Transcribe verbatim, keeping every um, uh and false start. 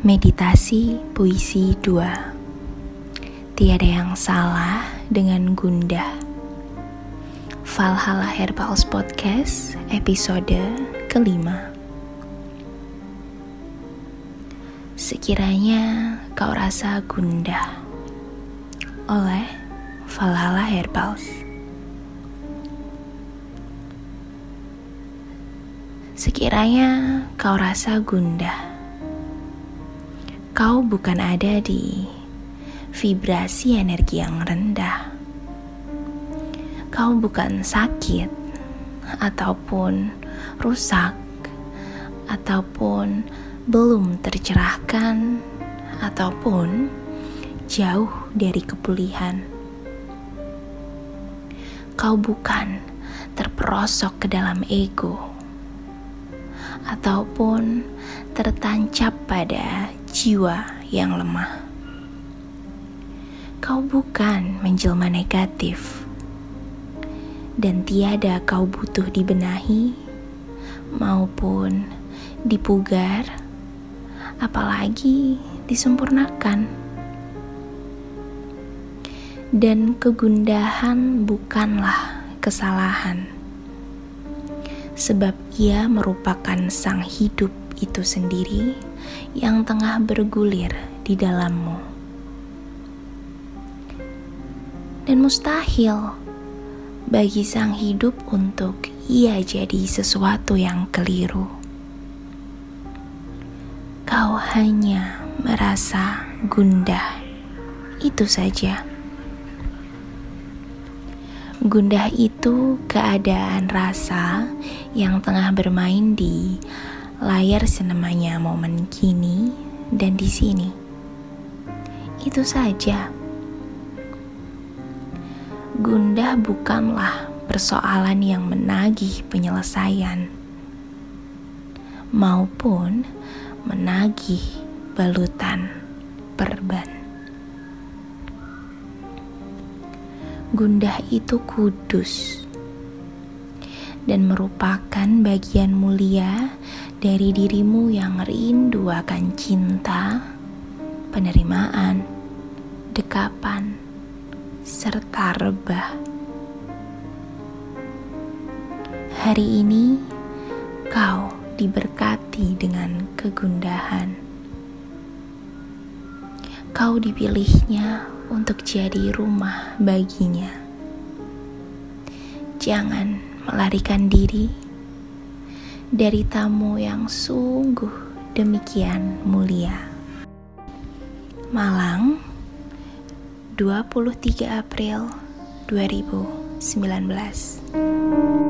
Meditasi Puisi dua. Tiada yang salah dengan gundah. Valhalla Herbals Podcast episode kelima. Sekiranya kau rasa gundah, oleh Valhalla Herbals. Sekiranya kau rasa gundah, kau bukan ada di vibrasi energi yang rendah. Kau bukan sakit, ataupun rusak, ataupun belum tercerahkan, ataupun jauh dari kepulihan. Kau bukan terperosok ke dalam ego, ataupun tertancap pada jiwa yang lemah. Kau bukan menjelma negatif, dan tiada kau butuh dibenahi maupun dipugar, apalagi disempurnakan. Dan kegundahan bukanlah kesalahan, sebab ia merupakan sang hidup itu sendiri yang tengah bergulir di dalammu. Dan mustahil bagi sang hidup untuk ia jadi sesuatu yang keliru. Kau hanya merasa gundah, itu saja. Gundah itu keadaan rasa yang tengah bermain di layar sinemanya momen kini dan di sini. Itu saja. Gundah bukanlah persoalan yang menagih penyelesaian maupun menagih balutan perban. Gundah itu kudus dan merupakan bagian mulia dari dirimu yang rindu akan cinta, penerimaan, dekapan, serta rebah. Hari ini kau diberkati dengan kegundahan. Kau dipilihnya untuk jadi rumah baginya. Jangan melarikan diri dari tamu yang sungguh demikian mulia. Malang, dua puluh tiga April dua ribu sembilan belas.